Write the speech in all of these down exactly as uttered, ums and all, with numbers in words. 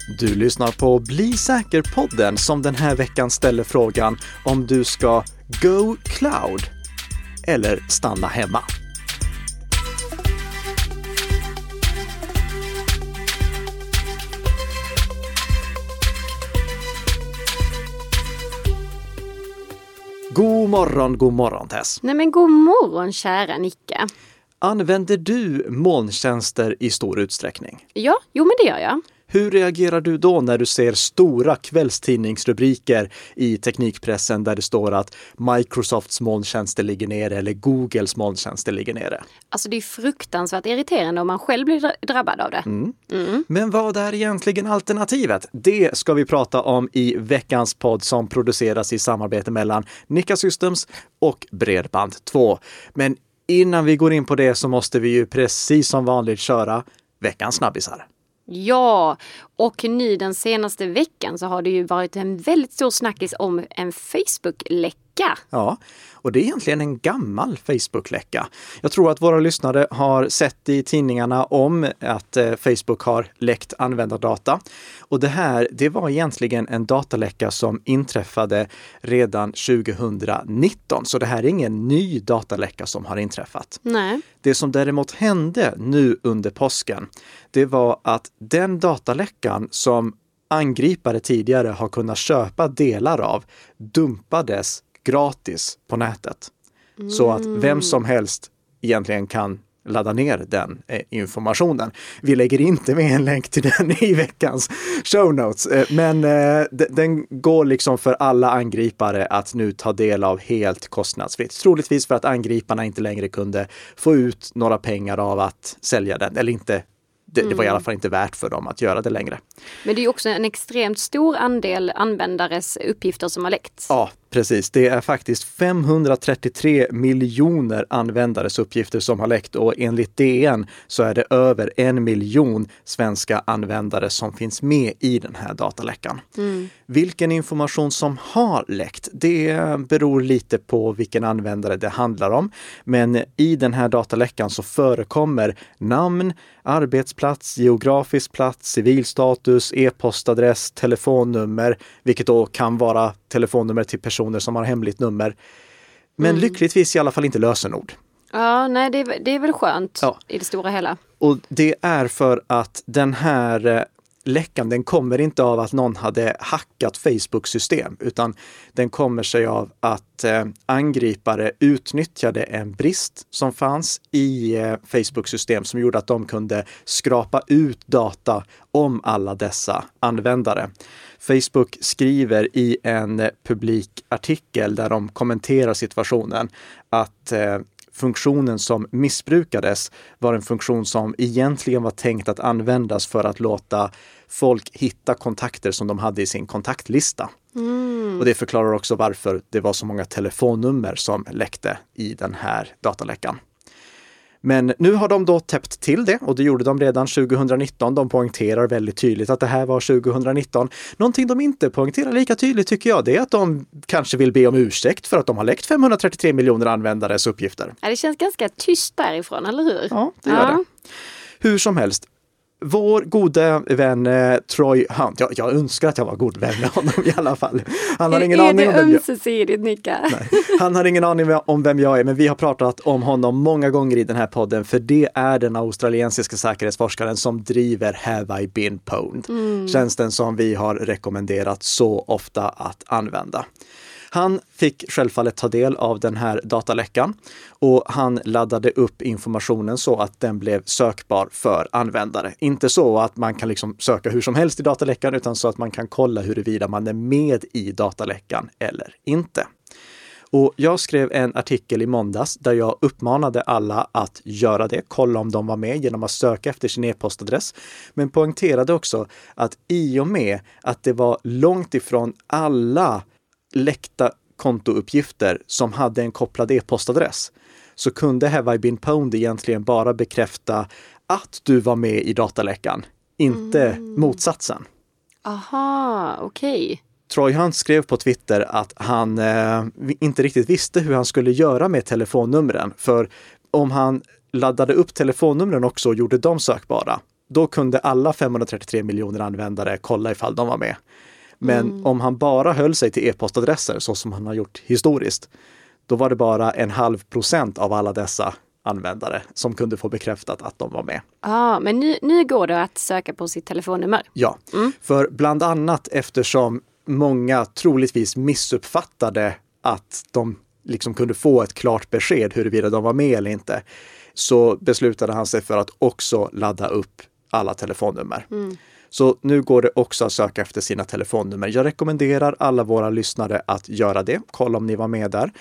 Du lyssnar på Bli säker-podden som den här veckan ställer frågan om du ska go cloud eller stanna hemma. God morgon, god morgon Tess. Nej men god morgon kära Nicka. Använder du molntjänster i stor utsträckning? Ja, jo men det gör jag. Hur reagerar du då när du ser stora kvällstidningsrubriker i teknikpressen där det står att Microsofts molntjänster ligger nere eller Googles molntjänster ligger nere? Alltså det är fruktansvärt irriterande om man själv blir drabbad av det. Mm. Mm. Men vad är egentligen alternativet? Det ska vi prata om i veckans podd som produceras i samarbete mellan Nika Systems och Bredband två. Men innan vi går in på det så måste vi ju precis som vanligt köra veckans snabbisar. Ja, och nu den senaste veckan så har det ju varit en väldigt stor snackis om en Facebook-läcka. Ja, och det är egentligen en gammal Facebook-läcka. Jag tror att våra lyssnare har sett i tidningarna om att eh, Facebook har läckt användardata. Och det här, det var egentligen en dataläcka som inträffade redan tjugonitton. Så det här är ingen ny dataläcka som har inträffat. Nej. Det som däremot hände nu under påsken, det var att den dataläckan som angripare tidigare har kunnat köpa delar av dumpades gratis på nätet. Mm. Så att vem som helst egentligen kan ladda ner den eh, informationen. Vi lägger inte med en länk till den i veckans show notes. Eh, men eh, d- den går liksom för alla angripare att nu ta del av helt kostnadsfritt. Troligtvis för att angriparna inte längre kunde få ut några pengar av att sälja den. Eller inte. Det, mm. det var i alla fall inte värt för dem att göra det längre. Men det är ju också en extremt stor andel användares uppgifter som har läckts. Ja, precis. Det är faktiskt femhundratrettiotre miljoner användares uppgifter som har läckt och enligt D N så är det över en miljon svenska användare som finns med i den här dataläckan. Mm. Vilken information som har läckt, det beror lite på vilken användare det handlar om. Men i den här dataläckan så förekommer namn, arbetsplats, geografisk plats, civilstatus, e-postadress, telefonnummer, vilket då kan vara telefonnummer till personer som har hemligt nummer. Men mm. lyckligtvis i alla fall inte lösenord. Ja, nej det är, det är väl skönt ja. I det stora hela. Och det är för att den här läckan, den kommer inte av att någon hade hackat Facebook-system utan den kommer sig av att eh, angripare utnyttjade en brist som fanns i eh, Facebook-system som gjorde att de kunde skrapa ut data om alla dessa användare. Facebook skriver i en publikartikel där de kommenterar situationen att eh, funktionen som missbrukades var en funktion som egentligen var tänkt att användas för att låta folk hitta kontakter som de hade i sin kontaktlista. Mm. Och det förklarar också varför det var så många telefonnummer som läckte i den här dataläckan. Men nu har de då täppt till det och det gjorde de redan tjugonitton. De poängterar väldigt tydligt att det här var tjugonitton. Någonting de inte poängterar lika tydligt tycker jag det är att de kanske vill be om ursäkt för att de har läckt femhundratrettiotre miljoner användares uppgifter. Ja, det känns ganska tyst därifrån, eller hur? Ja, det gör ja. det. Hur som helst. Vår goda vän eh, Troy Hunt, jag, jag önskar att jag var god vän med honom i alla fall. Han har ingen är aning det om vem ömsesidigt, Nicka? Nej, han har ingen aning om vem jag är, men vi har pratat om honom många gånger i den här podden för det är den australiensiska säkerhetsforskaren som driver Have I Been Pwned? Mm. Tjänsten som vi har rekommenderat så ofta att använda. Han fick självfallet ta del av den här dataläckan och han laddade upp informationen så att den blev sökbar för användare. Inte så att man kan liksom söka hur som helst i dataläckan utan så att man kan kolla huruvida man är med i dataläckan eller inte. Och jag skrev en artikel i måndags där jag uppmanade alla att göra det, kolla om de var med genom att söka efter sin e-postadress. Men poängterade också att i och med att det var långt ifrån alla läckta kontouppgifter som hade en kopplad e-postadress så kunde Have I Been Pwned egentligen bara bekräfta att du var med i dataläckan, inte mm. motsatsen. Aha, okej. Okay. Troy Hunt skrev på Twitter att han eh, inte riktigt visste hur han skulle göra med telefonnumren. För om han laddade upp telefonnumren också och gjorde dem sökbara, då kunde alla femhundratrettiotre miljoner användare kolla ifall de var med. Men mm. om han bara höll sig till e-postadresser så som han har gjort historiskt, då var det bara en halv procent av alla dessa användare som kunde få bekräftat att de var med. Ja, ah, men nu, nu går det att söka på sitt telefonnummer. Ja, mm. för bland annat eftersom många troligtvis missuppfattade att de liksom kunde få ett klart besked huruvida de var med eller inte, så beslutade han sig för att också ladda upp alla telefonnummer. Mm. Så nu går det också att söka efter sina telefonnummer. Jag rekommenderar alla våra lyssnare att göra det. Kolla om ni var med där.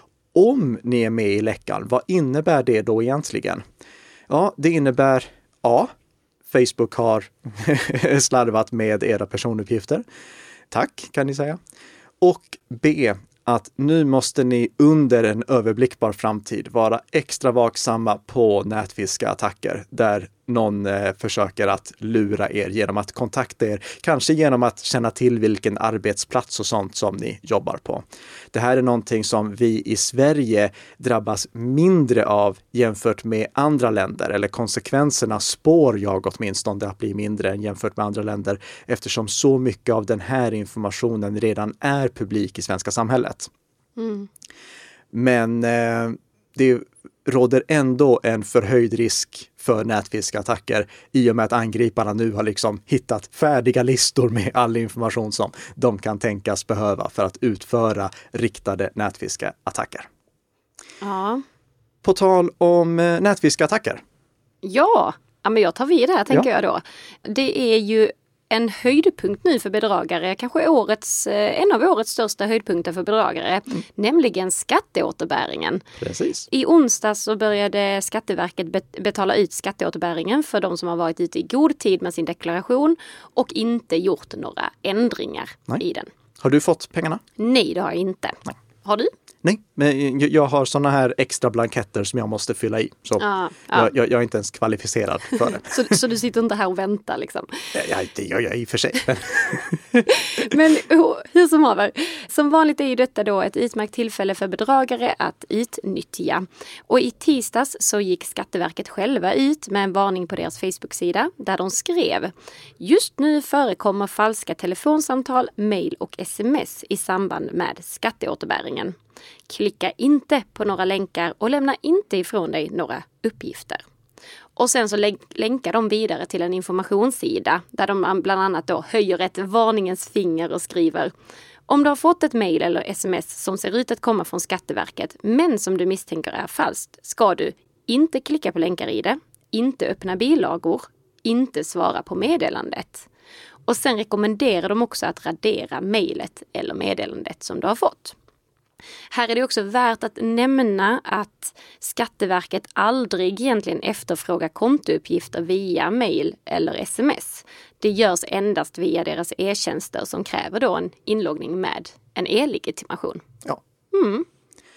Om ni är med i läckan, vad innebär det då egentligen? Ja, det innebär A. Facebook har slarvat med era personuppgifter. Tack, kan ni säga. Och B. Att nu måste ni under en överblickbar framtid vara extra vaksamma på nätfiskattacker där någon eh, försöker att lura er genom att kontakta er, kanske genom att känna till vilken arbetsplats och sånt som ni jobbar på. Det här är någonting som vi i Sverige drabbas mindre av jämfört med andra länder, eller konsekvenserna spår jag åtminstone att bli mindre än jämfört med andra länder, eftersom så mycket av den här informationen redan är publik i svenska samhället. Mm. Men eh, det råder ändå en förhöjd risk för nätfiskattacker i och med att angriparna nu har liksom hittat färdiga listor med all information som de kan tänkas behöva för att utföra riktade nätfiskattacker. Ja. På tal om eh, nätfiskattacker. Ja, ja, men jag tar vid här tänker ja. jag då. Det är ju en höjdpunkt nu för bedragare, kanske årets, en av årets största höjdpunkter för bedragare, mm. nämligen skatteåterbäringen. Precis. I onsdag så började Skatteverket betala ut skatteåterbäringen för de som har varit ute i god tid med sin deklaration och inte gjort några ändringar Nej. i den. Har du fått pengarna? Nej, det har jag inte. Nej. Har du? Nej, men jag har såna här extra blanketter som jag måste fylla i. Så ah, ah. Jag, jag är inte ens kvalificerad för det. så, så du sitter inte här och väntar liksom? Ja, det gör jag i och för sig. Men hur som haver, som vanligt är ju detta då ett utmärkt tillfälle för bedragare att utnyttja. Och i tisdags så gick Skatteverket själva ut med en varning på deras Facebook-sida där de skrev: just nu förekommer falska telefonsamtal, mejl och sms i samband med skatteåterbäringen. Klicka inte på några länkar och lämna inte ifrån dig några uppgifter. Och sen så lä- länkar de vidare till en informationssida där de bland annat då höjer ett varningens finger och skriver: om du har fått ett mejl eller sms som ser ut att komma från Skatteverket men som du misstänker är falskt, ska du inte klicka på länkar i det, inte öppna bilagor, inte svara på meddelandet. Och sen rekommenderar de också att radera mejlet eller meddelandet som du har fått. Här är det också värt att nämna att Skatteverket aldrig egentligen efterfrågar kontouppgifter via mejl eller sms. Det görs endast via deras e-tjänster som kräver då en inloggning med en e-legitimation. Ja. Mm.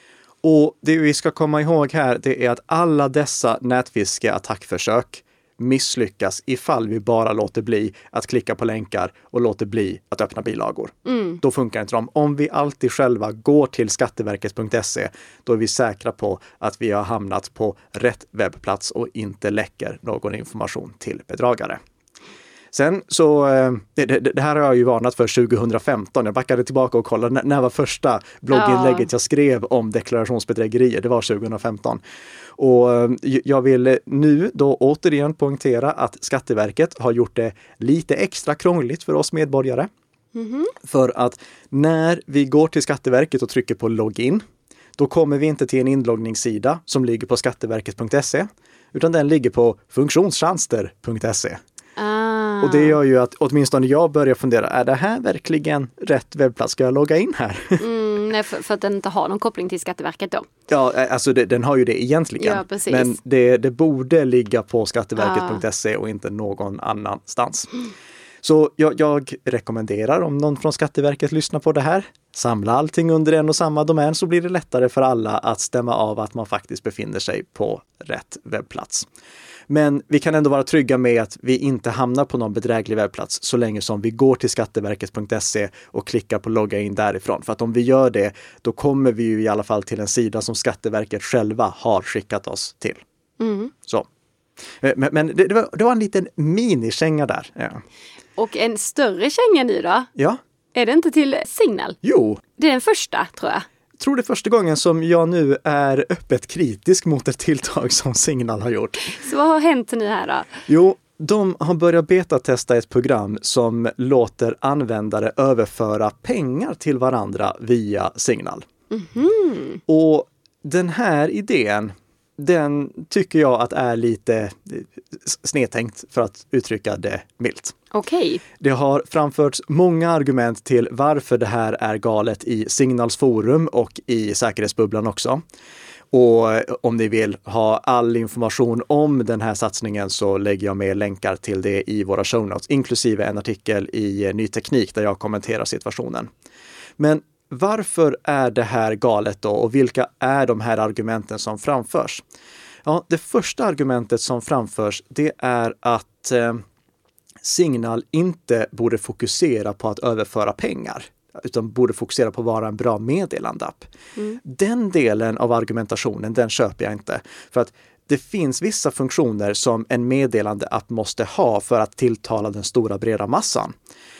Och det vi ska komma ihåg här, det är att alla dessa nätfiske-attackförsök misslyckas ifall vi bara låter bli att klicka på länkar och låter bli att öppna bilagor. Mm. Då funkar inte de. Om vi alltid själva går till skatteverket punkt se, då är vi säkra på att vi har hamnat på rätt webbplats och inte läcker någon information till bedragare. Sen så, det, det, det här har jag ju varnat för tjugohundrafemton. Jag backade tillbaka och kollade när, när var första blogginlägget jag skrev om deklarationsbedrägerier. Det var tjugohundrafemton. Och jag vill nu då återigen poängtera att Skatteverket har gjort det lite extra krångligt för oss medborgare. Mm-hmm. För att när vi går till Skatteverket och trycker på login, då kommer vi inte till en inloggningssida som ligger på skatteverket punkt se, utan den ligger på funktionstjänster punkt se. Ah. Och det gör ju att åtminstone jag börjar fundera, är det här verkligen rätt webbplats? Ska jag logga in här? Mm, nej, för, för att den inte har någon koppling till Skatteverket då? Ja, alltså det, den har ju det egentligen. Ja, precis. Men det, det borde ligga på skatteverket punkt se och inte någon annanstans. Mm. Så jag, jag rekommenderar, om någon från Skatteverket lyssnar på det här, samla allting under en och samma domän, så blir det lättare för alla att stämma av att man faktiskt befinner sig på rätt webbplats. Men vi kan ändå vara trygga med att vi inte hamnar på någon bedräglig webbplats så länge som vi går till skatteverket punkt se och klickar på logga in därifrån. För att om vi gör det, då kommer vi ju i alla fall till en sida som Skatteverket själva har skickat oss till. Mm. Så, Men, men det, det, var, det var en liten minikänga där. Ja. Och en större känga nu då? Ja. Är det inte till Signal? Jo. Det är den första, tror jag. Jag tror det är första gången som jag nu är öppet kritisk mot ett tilltag som Signal har gjort. Så vad har hänt nu här då? Jo, de har börjat betatesta ett program som låter användare överföra pengar till varandra via Signal. Mm-hmm. Och den här idén, den tycker jag att är lite snedtänkt för att uttrycka det milt. Okej. Okay. Det har framförts många argument till varför det här är galet i Signals forum och i säkerhetsbubblan också. Och om ni vill ha all information om den här satsningen så lägger jag med länkar till det i våra show notes, inklusive en artikel i Ny Teknik där jag kommenterar situationen. Men varför är det här galet då och vilka är de här argumenten som framförs? Ja, det första argumentet som framförs det är att eh, Signal inte borde fokusera på att överföra pengar utan borde fokusera på att vara en bra meddelandeapp. Mm. Den delen av argumentationen, den köper jag inte. För att det finns vissa funktioner som en meddelandeapp måste ha för att tilltala den stora breda massan.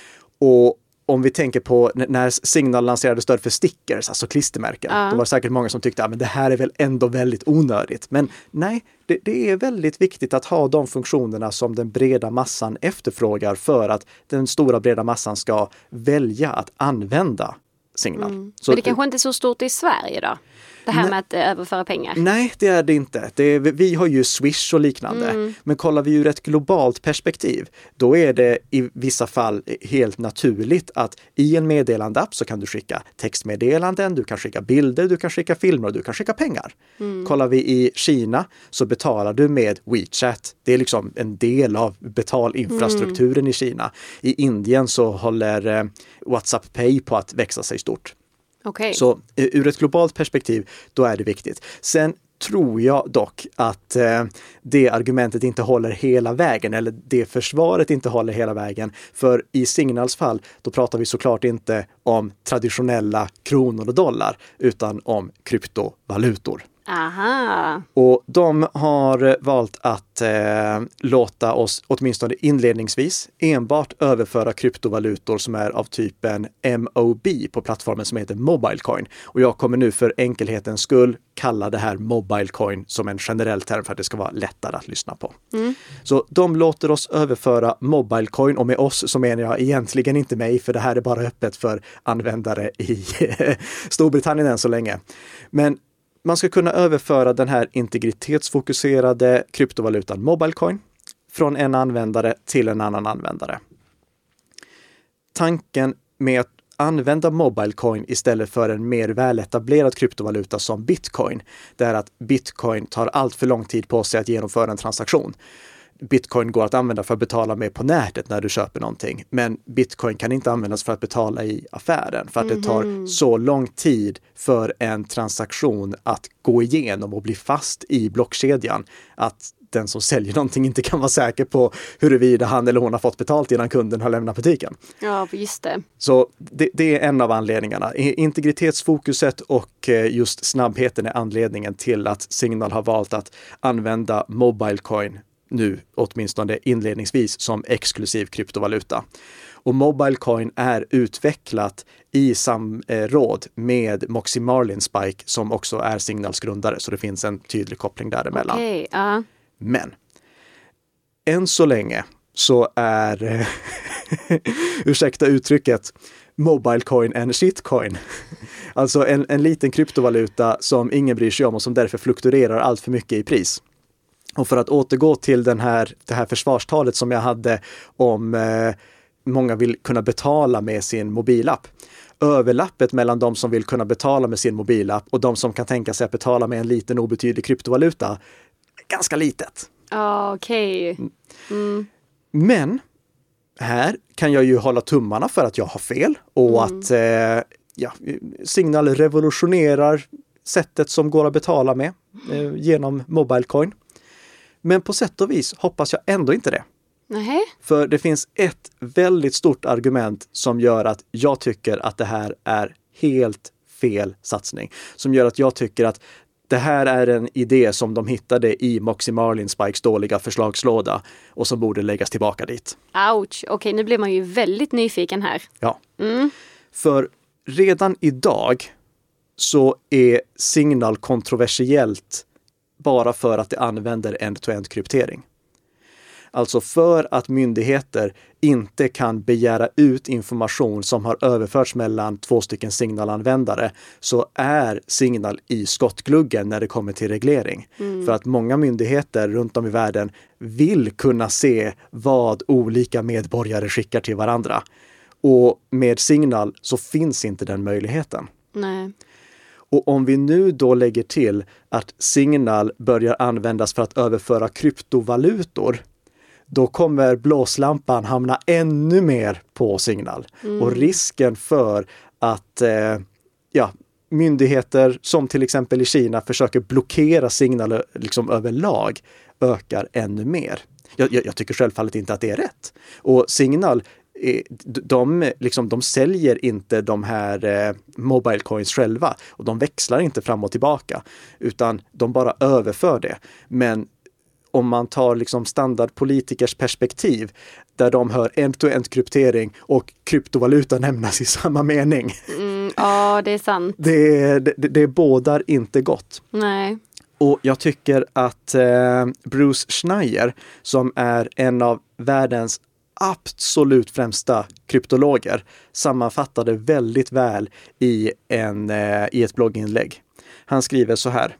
Och om vi tänker på när Signal lanserade stöd för stickers, alltså klistermärken, ja. Då var det säkert många som tyckte att ah, det här är väl ändå väldigt onödigt. Men nej, det, det är väldigt viktigt att ha de funktionerna som den breda massan efterfrågar för att den stora breda massan ska välja att använda Signal. Mm. Så, men det kanske inte är så stort i Sverige då? Det här nej, med att överföra pengar. Nej, det är det inte. Det är, vi har ju Swish och liknande. Mm. Men kollar vi ur ett globalt perspektiv, då är det i vissa fall helt naturligt att i en meddelandeapp så kan du skicka textmeddelanden, du kan skicka bilder, du kan skicka filmer och du kan skicka pengar. Mm. Kollar vi i Kina så betalar du med WeChat. Det är liksom en del av betalinfrastrukturen mm. i Kina. I Indien så håller eh, WhatsApp Pay på att växa sig stort. Okay. Så ur ett globalt perspektiv, då är det viktigt. Sen tror jag dock att eh, det argumentet inte håller hela vägen, eller det försvaret inte håller hela vägen. För i Signals fall, då pratar vi såklart inte om traditionella kronor och dollar, utan om kryptovalutor. Aha. Och de har valt att eh, låta oss åtminstone inledningsvis enbart överföra kryptovalutor som är av typen M O B på plattformen som heter Mobilecoin. Och jag kommer nu för enkelhetens skull kalla det här Mobilecoin som en generell term för att det ska vara lättare att lyssna på. Mm. Så de låter oss överföra Mobilecoin, och med oss så menar jag egentligen inte mig, för det här är bara öppet för användare i Storbritannien än så länge. Men man ska kunna överföra den här integritetsfokuserade kryptovalutan Mobilecoin från en användare till en annan användare. Tanken med att använda Mobilecoin istället för en mer väletablerad kryptovaluta som Bitcoin, det är att Bitcoin tar allt för lång tid på sig att genomföra en transaktion. Bitcoin går att använda för att betala med på nätet när du köper någonting. Men Bitcoin kan inte användas för att betala i affären. För att mm-hmm. det tar så lång tid för en transaktion att gå igenom och bli fast i blockkedjan. Att den som säljer någonting inte kan vara säker på huruvida han eller hon har fått betalt innan kunden har lämnat butiken. Ja, just det. Så det, det är en av anledningarna. Integritetsfokuset och just snabbheten är anledningen till att Signal har valt att använda Mobilecoin nu åtminstone inledningsvis som exklusiv kryptovaluta. Och Mobilecoin är utvecklat i samråd med Moxie Marlinspike som också är Signals grundare, så det finns en tydlig koppling däremellan. Okay, uh. Men än så länge så är ursäkta uttrycket Mobilecoin en shitcoin. Alltså en, en liten kryptovaluta som ingen bryr sig om och som därför fluktuerar allt för mycket i pris. Och för att återgå till den här, det här försvarstalet som jag hade om eh, många vill kunna betala med sin mobilapp. Överlappet mellan de som vill kunna betala med sin mobilapp och de som kan tänka sig att betala med en liten obetydlig kryptovaluta är ganska litet. Ah, okej. Okay. Mm. Men här kan jag ju hålla tummarna för att jag har fel och mm. att eh, ja, Signal revolutionerar sättet som går att betala med eh, genom Mobilecoin. Men på sätt och vis hoppas jag ändå inte det. Nej. För det finns ett väldigt stort argument som gör att jag tycker att det här är helt fel satsning. Som gör att jag tycker att det här är en idé som de hittade i Moxie Marlinspikes dåliga förslagslåda och som borde läggas tillbaka dit. Ouch, okej okay, nu blir man ju väldigt nyfiken här. Ja, mm. för redan idag så är Signal kontroversiellt bara för att det använder end-to-end kryptering. Alltså för att myndigheter inte kan begära ut information som har överförts mellan två stycken Signal-användare så är Signal i skottgluggen när det kommer till reglering. Mm. För att många myndigheter runt om i världen vill kunna se vad olika medborgare skickar till varandra. Och med Signal så finns inte den möjligheten. Nej. Och om vi nu då lägger till att Signal börjar användas för att överföra kryptovalutor, då kommer blåslampan hamna ännu mer på Signal. Mm. Och risken för att eh, ja, myndigheter som till exempel i Kina försöker blockera Signal liksom överlag ökar ännu mer. Jag, jag, jag tycker självfallet inte att det är rätt. Och Signal De, liksom, de säljer inte de här eh, mobile coins själva och de växlar inte fram och tillbaka utan de bara överför det. Men om man tar liksom standardpolitikers perspektiv där de hör end-to-end kryptering och kryptovaluta nämnas i samma mening. Mm, ja, det är sant. Det, det, det bådar inte gott. Nej. Och jag tycker att eh, Bruce Schneier som är en av världens absolut främsta kryptologer sammanfattade väldigt väl i, en, eh, i ett blogginlägg. Han skriver så här: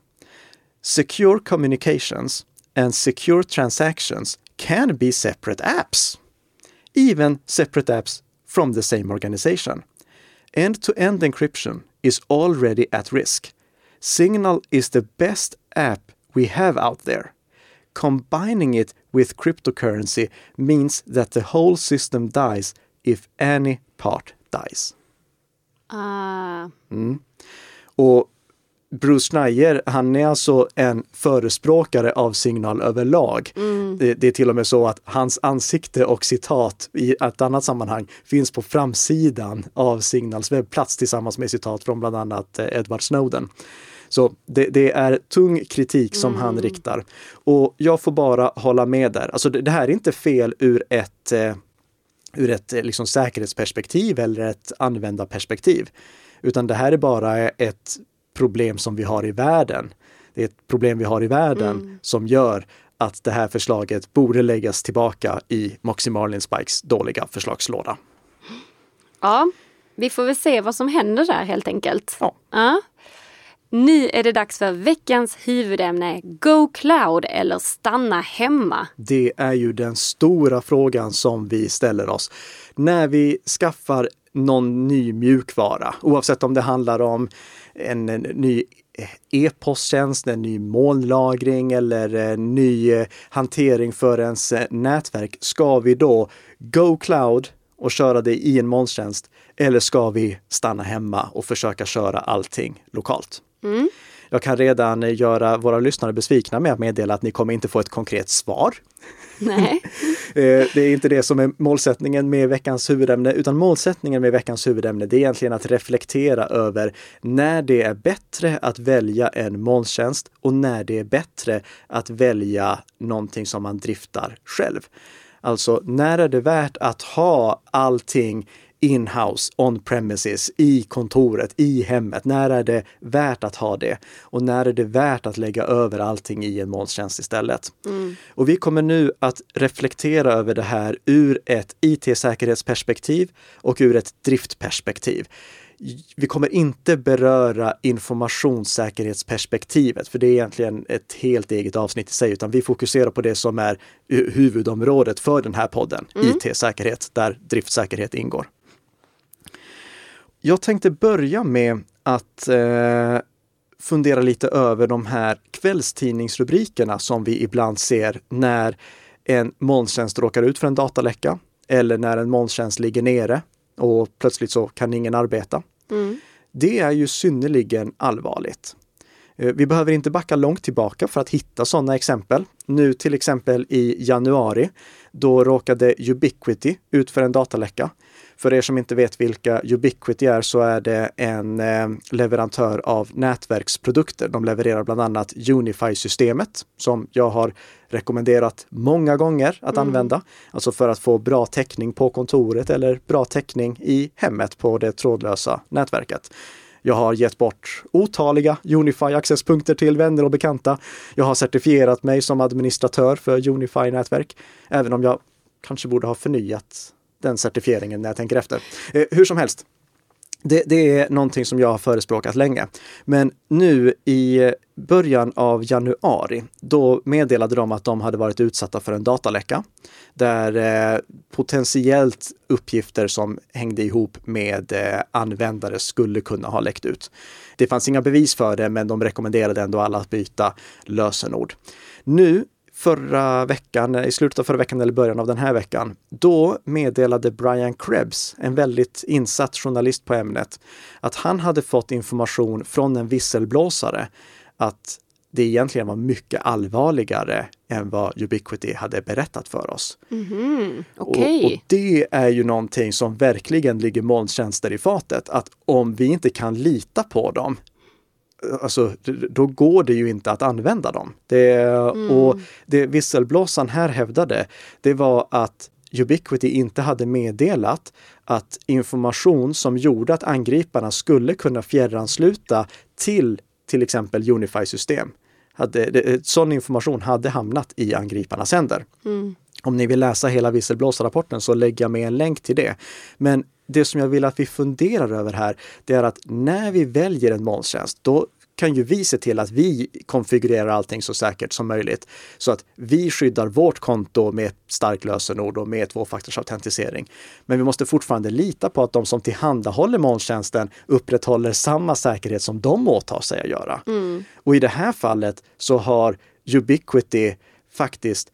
Secure communications and secure transactions can be separate apps. Even separate apps from the same organization. End-to-end encryption is already at risk. Signal is the best app we have out there. Combining it with cryptocurrency means that the whole system dies if any part dies. Ah. Mm. Och Bruce Schneier, han är alltså en förespråkare av Signal överlag. Mm. Det, det är till och med så att hans ansikte och citat i ett annat sammanhang finns på framsidan av Signals webbplats tillsammans med citat från bland annat Edward Snowden. Så det, det är tung kritik som mm. han riktar. Och jag får bara hålla med där. Alltså det, det här är inte fel ur ett, eh, ur ett eh, liksom säkerhetsperspektiv eller ett användarperspektiv. Utan det här är bara ett problem som vi har i världen. Det är ett problem vi har i världen mm. som gör att det här förslaget borde läggas tillbaka i Moxie Marlinspikes dåliga förslagslåda. Ja, vi får väl se vad som händer där helt enkelt. Ja. Ja. Nu är det dags för veckans huvudämne, Go Cloud eller stanna hemma. Det är ju den stora frågan som vi ställer oss när vi skaffar någon ny mjukvara. Oavsett om det handlar om en, en ny e-posttjänst, en ny molnlagring eller en ny hantering för ens nätverk. Ska vi då Go Cloud och köra det i en molntjänst eller ska vi stanna hemma och försöka köra allting lokalt? Mm. Jag kan redan göra våra lyssnare besvikna med att meddela att ni kommer inte få ett konkret svar. Nej. Det är inte det som är målsättningen med veckans huvudämne, utan målsättningen med veckans huvudämne det är egentligen att reflektera över när det är bättre att välja en molntjänst och när det är bättre att välja någonting som man driftar själv. Alltså när är det värt att ha allting in-house, on-premises, i kontoret, i hemmet. När är det värt att ha det? Och när är det värt att lägga över allting i en molntjänst istället? Mm. Och vi kommer nu att reflektera över det här ur ett I T-säkerhetsperspektiv och ur ett driftperspektiv. Vi kommer inte beröra informationssäkerhetsperspektivet, för det är egentligen ett helt eget avsnitt i sig, utan vi fokuserar på det som är huvudområdet för den här podden, mm. I T-säkerhet, där driftsäkerhet ingår. Jag tänkte börja med att eh, fundera lite över de här kvällstidningsrubrikerna som vi ibland ser när en molntjänst råkar ut för en dataläcka eller när en molntjänst ligger nere och plötsligt så kan ingen arbeta. Mm. Det är ju synnerligen allvarligt. Vi behöver inte backa långt tillbaka för att hitta sådana exempel. Nu till exempel i januari, då råkade Ubiquiti ut för en dataläcka. För er som inte vet vilka Ubiquiti är så är det en eh, leverantör av nätverksprodukter. De levererar bland annat Unify-systemet som jag har rekommenderat många gånger att mm. använda. Alltså för att få bra täckning på kontoret eller bra täckning i hemmet på det trådlösa nätverket. Jag har gett bort otaliga Unify-accesspunkter till vänner och bekanta. Jag har certifierat mig som administratör för Unify-nätverk. Även om jag kanske borde ha förnyat den certifieringen när jag tänker efter. Eh, hur som helst, det, det är någonting som jag har förespråkat länge. Men nu i början av januari, då meddelade de att de hade varit utsatta för en dataläcka. Där eh, potentiellt uppgifter som hängde ihop med eh, användare skulle kunna ha läckt ut. Det fanns inga bevis för det, men de rekommenderade ändå alla att byta lösenord. Nu Förra veckan, i slutet av förra veckan eller början av den här veckan, då meddelade Brian Krebs, en väldigt insatt journalist på ämnet, att han hade fått information från en visselblåsare att det egentligen var mycket allvarligare än vad Ubiquiti hade berättat för oss. Mm-hmm. Okay. Och, och det är ju någonting som verkligen ligger molntjänster i fatet, att om vi inte kan lita på dem, alltså, då går det ju inte att använda dem. Det, mm. Och det visselblåsaren här hävdade, det var att Ubiquiti inte hade meddelat att information som gjorde att angriparna skulle kunna fjärransluta till till exempel Unify-system. Hade, sån information hade hamnat i angriparnas händer. Mm. Om ni vill läsa hela visselblåsarrapporten så lägger jag med en länk till det. Men det som jag vill att vi funderar över här, det är att när vi väljer en molntjänst, då kan ju vi se till att vi konfigurerar allting så säkert som möjligt. Så att vi skyddar vårt konto med ett starkt lösenord och med tvåfaktorsautentisering. Men vi måste fortfarande lita på att de som tillhandahåller molntjänsten upprätthåller samma säkerhet som de åtar sig att göra. Mm. Och i det här fallet så har Ubiquiti faktiskt,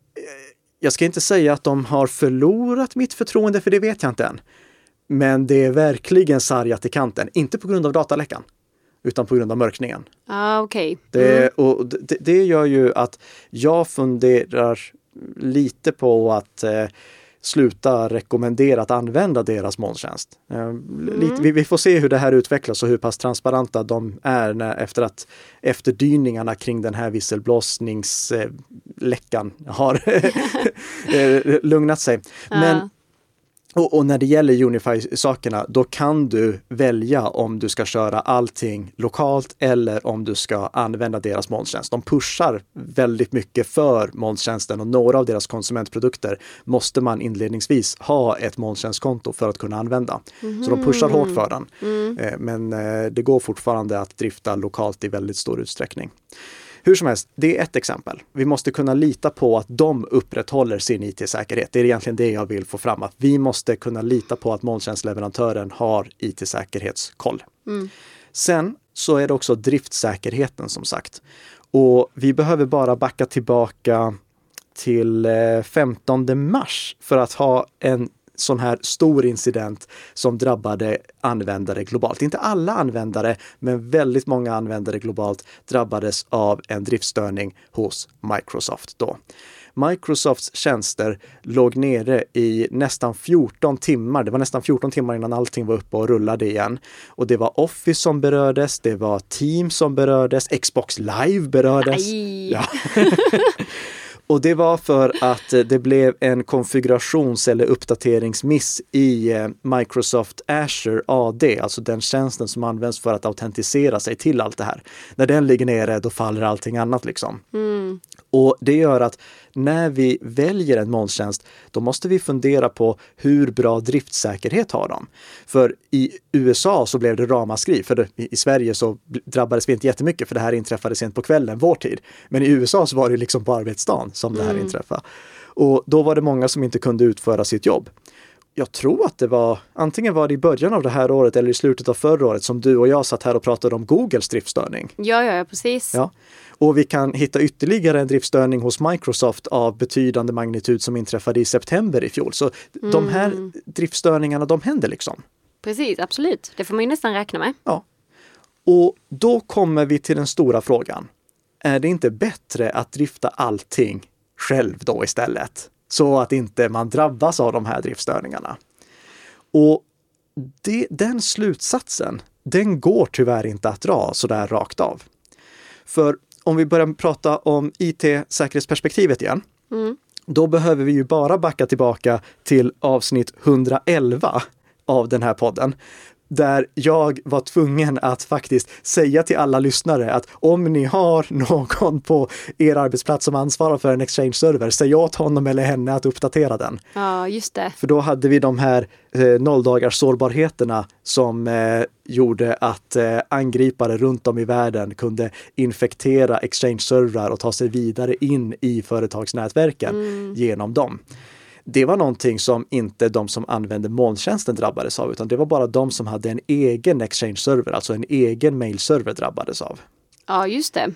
jag ska inte säga att de har förlorat mitt förtroende, för det vet jag inte än. Men det är verkligen sargat i kanten. Inte på grund av dataläckan, utan på grund av mörkningen. Ah, okej. Okay. Mm. Det, och det, det gör ju att jag funderar lite på att eh, sluta rekommendera att använda deras molntjänst. Eh, mm. lite, vi, vi får se hur det här utvecklas och hur pass transparenta de är när, efter att efterdyningarna kring den här visselblåsningsläckan eh, har lugnat sig. Men ah. Och, och när det gäller Unify-sakerna, då kan du välja om du ska köra allting lokalt eller om du ska använda deras molntjänst. De pushar väldigt mycket för molntjänsten och några av deras konsumentprodukter måste man inledningsvis ha ett molntjänstkonto för att kunna använda. Mm. Så de pushar hårt för den. Mm. Men det går fortfarande att drifta lokalt i väldigt stor utsträckning. Hur som helst, det är ett exempel. Vi måste kunna lita på att de upprätthåller sin I T-säkerhet. Det är egentligen det jag vill få fram. Att vi måste kunna lita på att molntjänstleverantören har I T-säkerhetskoll. Mm. Sen så är det också driftsäkerheten som sagt. Och vi behöver bara backa tillbaka till femtonde mars för att ha en sån här stor incident som drabbade användare globalt. Inte alla användare, men väldigt många användare globalt drabbades av en driftstörning hos Microsoft då. Microsofts tjänster låg nere i nästan fjorton timmar. Det var nästan fjorton timmar innan allting var uppe och rullade igen. Och det var Office som berördes, det var Teams som berördes, Xbox Live berördes. Ja. Och det var för att det blev en konfigurations- eller uppdateringsmiss i Microsoft Azure A D, alltså den tjänsten som används för att autentisera sig till allt det här. När den ligger nere, då faller allting annat liksom. Mm. Och det gör att när vi väljer en molntjänst, då måste vi fundera på hur bra driftsäkerhet har de. För i U S A så blev det ramaskri, för i Sverige så drabbades vi inte jättemycket för det här inträffade sent på kvällen, vår tid. Men i U S A så var det liksom på arbetsdagen som det här mm. inträffade. Och då var det många som inte kunde utföra sitt jobb. Jag tror att det var, antingen var det i början av det här året eller i slutet av förra året som du och jag satt här och pratade om Googles driftstörning. Ja, ja, precis. Ja. Och vi kan hitta ytterligare en driftstörning hos Microsoft av betydande magnitud som inträffade i september i fjol. Så mm. de här driftstörningarna, de händer liksom. Precis, absolut. Det får man ju nästan räkna med. Ja. Och då kommer vi till den stora frågan. Är det inte bättre att drifta allting själv då istället? Så att inte man drabbas av de här driftstörningarna. Och det, den slutsatsen, den går tyvärr inte att dra så där rakt av. För om vi börjar prata om I T-säkerhetsperspektivet igen, mm. då behöver vi ju bara backa tillbaka till avsnitt hundraelva av den här podden. Där jag var tvungen att faktiskt säga till alla lyssnare att om ni har någon på er arbetsplats som ansvarar för en Exchange-server, säg åt honom eller henne att uppdatera den. Ja, just det. För då hade vi de här eh, nolldagars sårbarheterna som eh, gjorde att eh, angripare runt om i världen kunde infektera Exchange-servrar och ta sig vidare in i företagsnätverken mm. genom dem. Det var någonting som inte de som använde molntjänsten drabbades av, utan det var bara de som hade en egen Exchange-server, alltså en egen mail-server drabbades av. Ja, just det.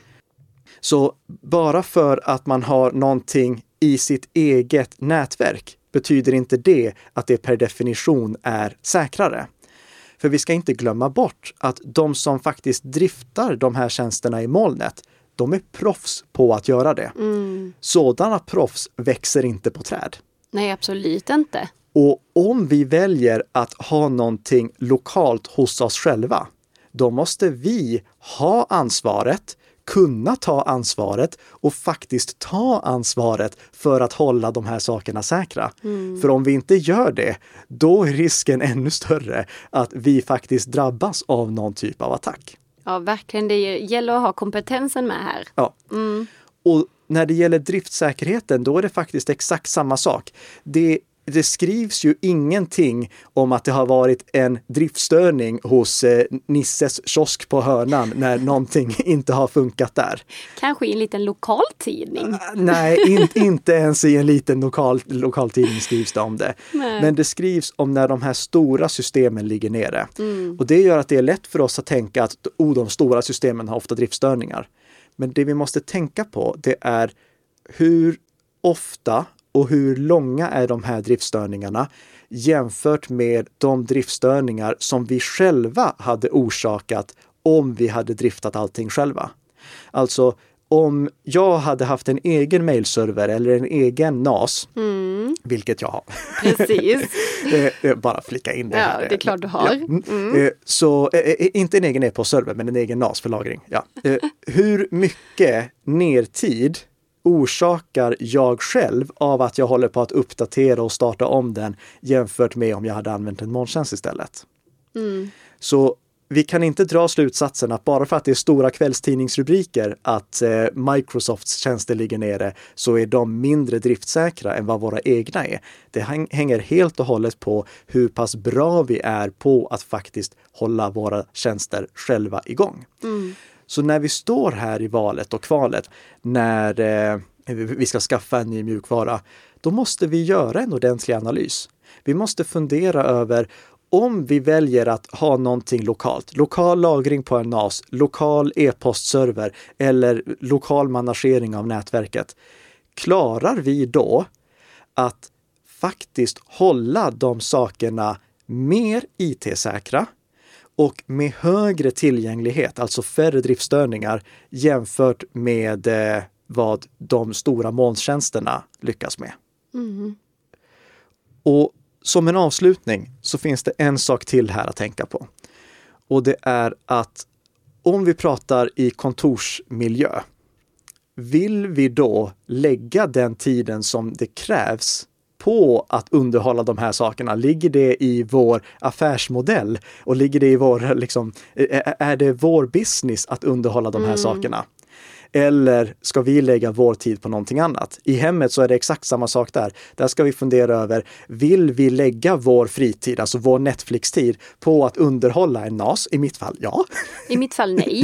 Så bara för att man har någonting i sitt eget nätverk betyder inte det att det per definition är säkrare. För vi ska inte glömma bort att de som faktiskt driftar de här tjänsterna i molnet, de är proffs på att göra det. Mm. Sådana proffs växer inte på träd. Nej, absolut inte. Och om vi väljer att ha någonting lokalt hos oss själva, då måste vi ha ansvaret, kunna ta ansvaret och faktiskt ta ansvaret för att hålla de här sakerna säkra. Mm. För om vi inte gör det, då är risken ännu större att vi faktiskt drabbas av någon typ av attack. Ja, verkligen. Det gäller att ha kompetensen med här. Ja. Mm. Och när det gäller driftsäkerheten, då är det faktiskt exakt samma sak. Det, det skrivs ju ingenting om att det har varit en driftstörning hos eh, Nisses kiosk på hörnan när någonting inte har funkat där. Kanske i en liten lokaltidning. Uh, nej, in, inte ens i en liten lokal, lokaltidning skrivs det om det. Nej. Men det skrivs om när de här stora systemen ligger nere. Mm. Och det gör att det är lätt för oss att tänka att oh, de stora systemen har ofta driftstörningar. Men det vi måste tänka på, det är hur ofta och hur långa är de här driftstörningarna jämfört med de driftstörningar som vi själva hade orsakat om vi hade driftat allting själva. Alltså om jag hade haft en egen mailserver eller en egen N A S, mm. vilket jag har. Precis. Bara flicka in det ja, här. Det är klart du har. Mm. Så inte en egen e-postserver, men en egen N A S för lagring. Ja. Hur mycket nertid orsakar jag själv av att jag håller på att uppdatera och starta om den jämfört med om jag hade använt en molntjänst istället? Mm. Så vi kan inte dra slutsatsen att bara för att det är stora kvällstidningsrubriker att eh, Microsofts tjänster ligger nere så är de mindre driftsäkra än vad våra egna är. Det hänger helt och hållet på hur pass bra vi är på att faktiskt hålla våra tjänster själva igång. Mm. Så när vi står här i valet och kvalet, när eh, vi ska skaffa en ny mjukvara, då måste vi göra en ordentlig analys. Vi måste fundera över om vi väljer att ha någonting lokalt, lokal lagring på en N A S, lokal e-postserver eller lokal managering av nätverket, klarar vi då att faktiskt hålla de sakerna mer I T-säkra och med högre tillgänglighet, alltså färre driftstörningar jämfört med eh, vad de stora molntjänsterna lyckas med. Mm. Och som en avslutning så finns det en sak till här att tänka på. Och det är att om vi pratar i kontorsmiljö, vill vi då lägga den tiden som det krävs på att underhålla de här sakerna? Ligger det i vår affärsmodell? Och ligger det i vår, liksom, är det vår business att underhålla de här mm. sakerna? Eller ska vi lägga vår tid på någonting annat? I hemmet så är det exakt samma sak där. Där ska vi fundera över, vill vi lägga vår fritid, alltså vår Netflix-tid, på att underhålla en N A S? I mitt fall, ja. I mitt fall, nej.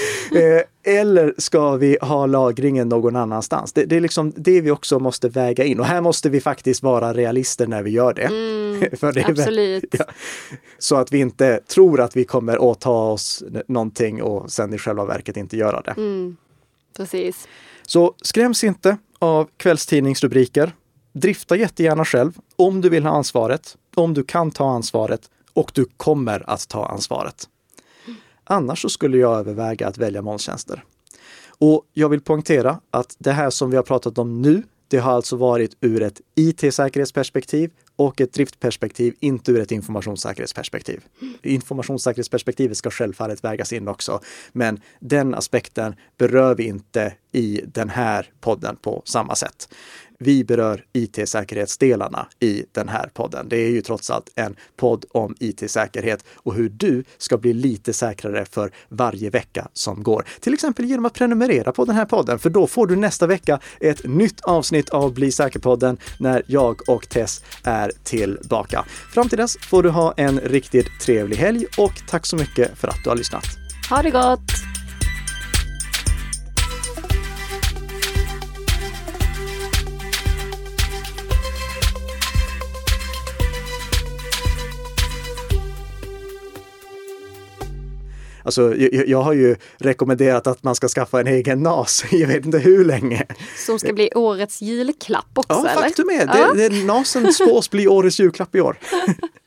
Eller ska vi ha lagringen någon annanstans? Det, det är liksom det vi också måste väga in. Och här måste vi faktiskt vara realister när vi gör det. Mm, För det absolut. Ja. Så att vi inte tror att vi kommer åta oss någonting och sen i själva verket inte göra det. Mm. Precis. Så skräms inte av kvällstidningsrubriker. Drifta jättegärna själv om du vill ha ansvaret, om du kan ta ansvaret och du kommer att ta ansvaret. Annars så skulle jag överväga att välja molntjänster. Och jag vill poängtera att det här som vi har pratat om nu, det har alltså varit ur ett I T-säkerhetsperspektiv och ett driftperspektiv, inte ur ett informationssäkerhetsperspektiv. Informationssäkerhetsperspektivet ska självfallet vägas in också, men den aspekten berör vi inte i den här podden på samma sätt. Vi berör I T-säkerhetsdelarna i den här podden. Det är ju trots allt en podd om I T-säkerhet och hur du ska bli lite säkrare för varje vecka som går. Till exempel genom att prenumerera på den här podden, för då får du nästa vecka ett nytt avsnitt av Bli säker-podden när jag och Tess är tillbaka. Fram till dess får du ha en riktigt trevlig helg och tack så mycket för att du har lyssnat. Ha det gott! Alltså, jag, jag har ju rekommenderat att man ska skaffa en egen N A S. Jag vet inte hur länge. Som ska bli årets julklapp också, ja, eller? Faktum är, ja. det, det, N A Sen spås bli årets julklapp i år.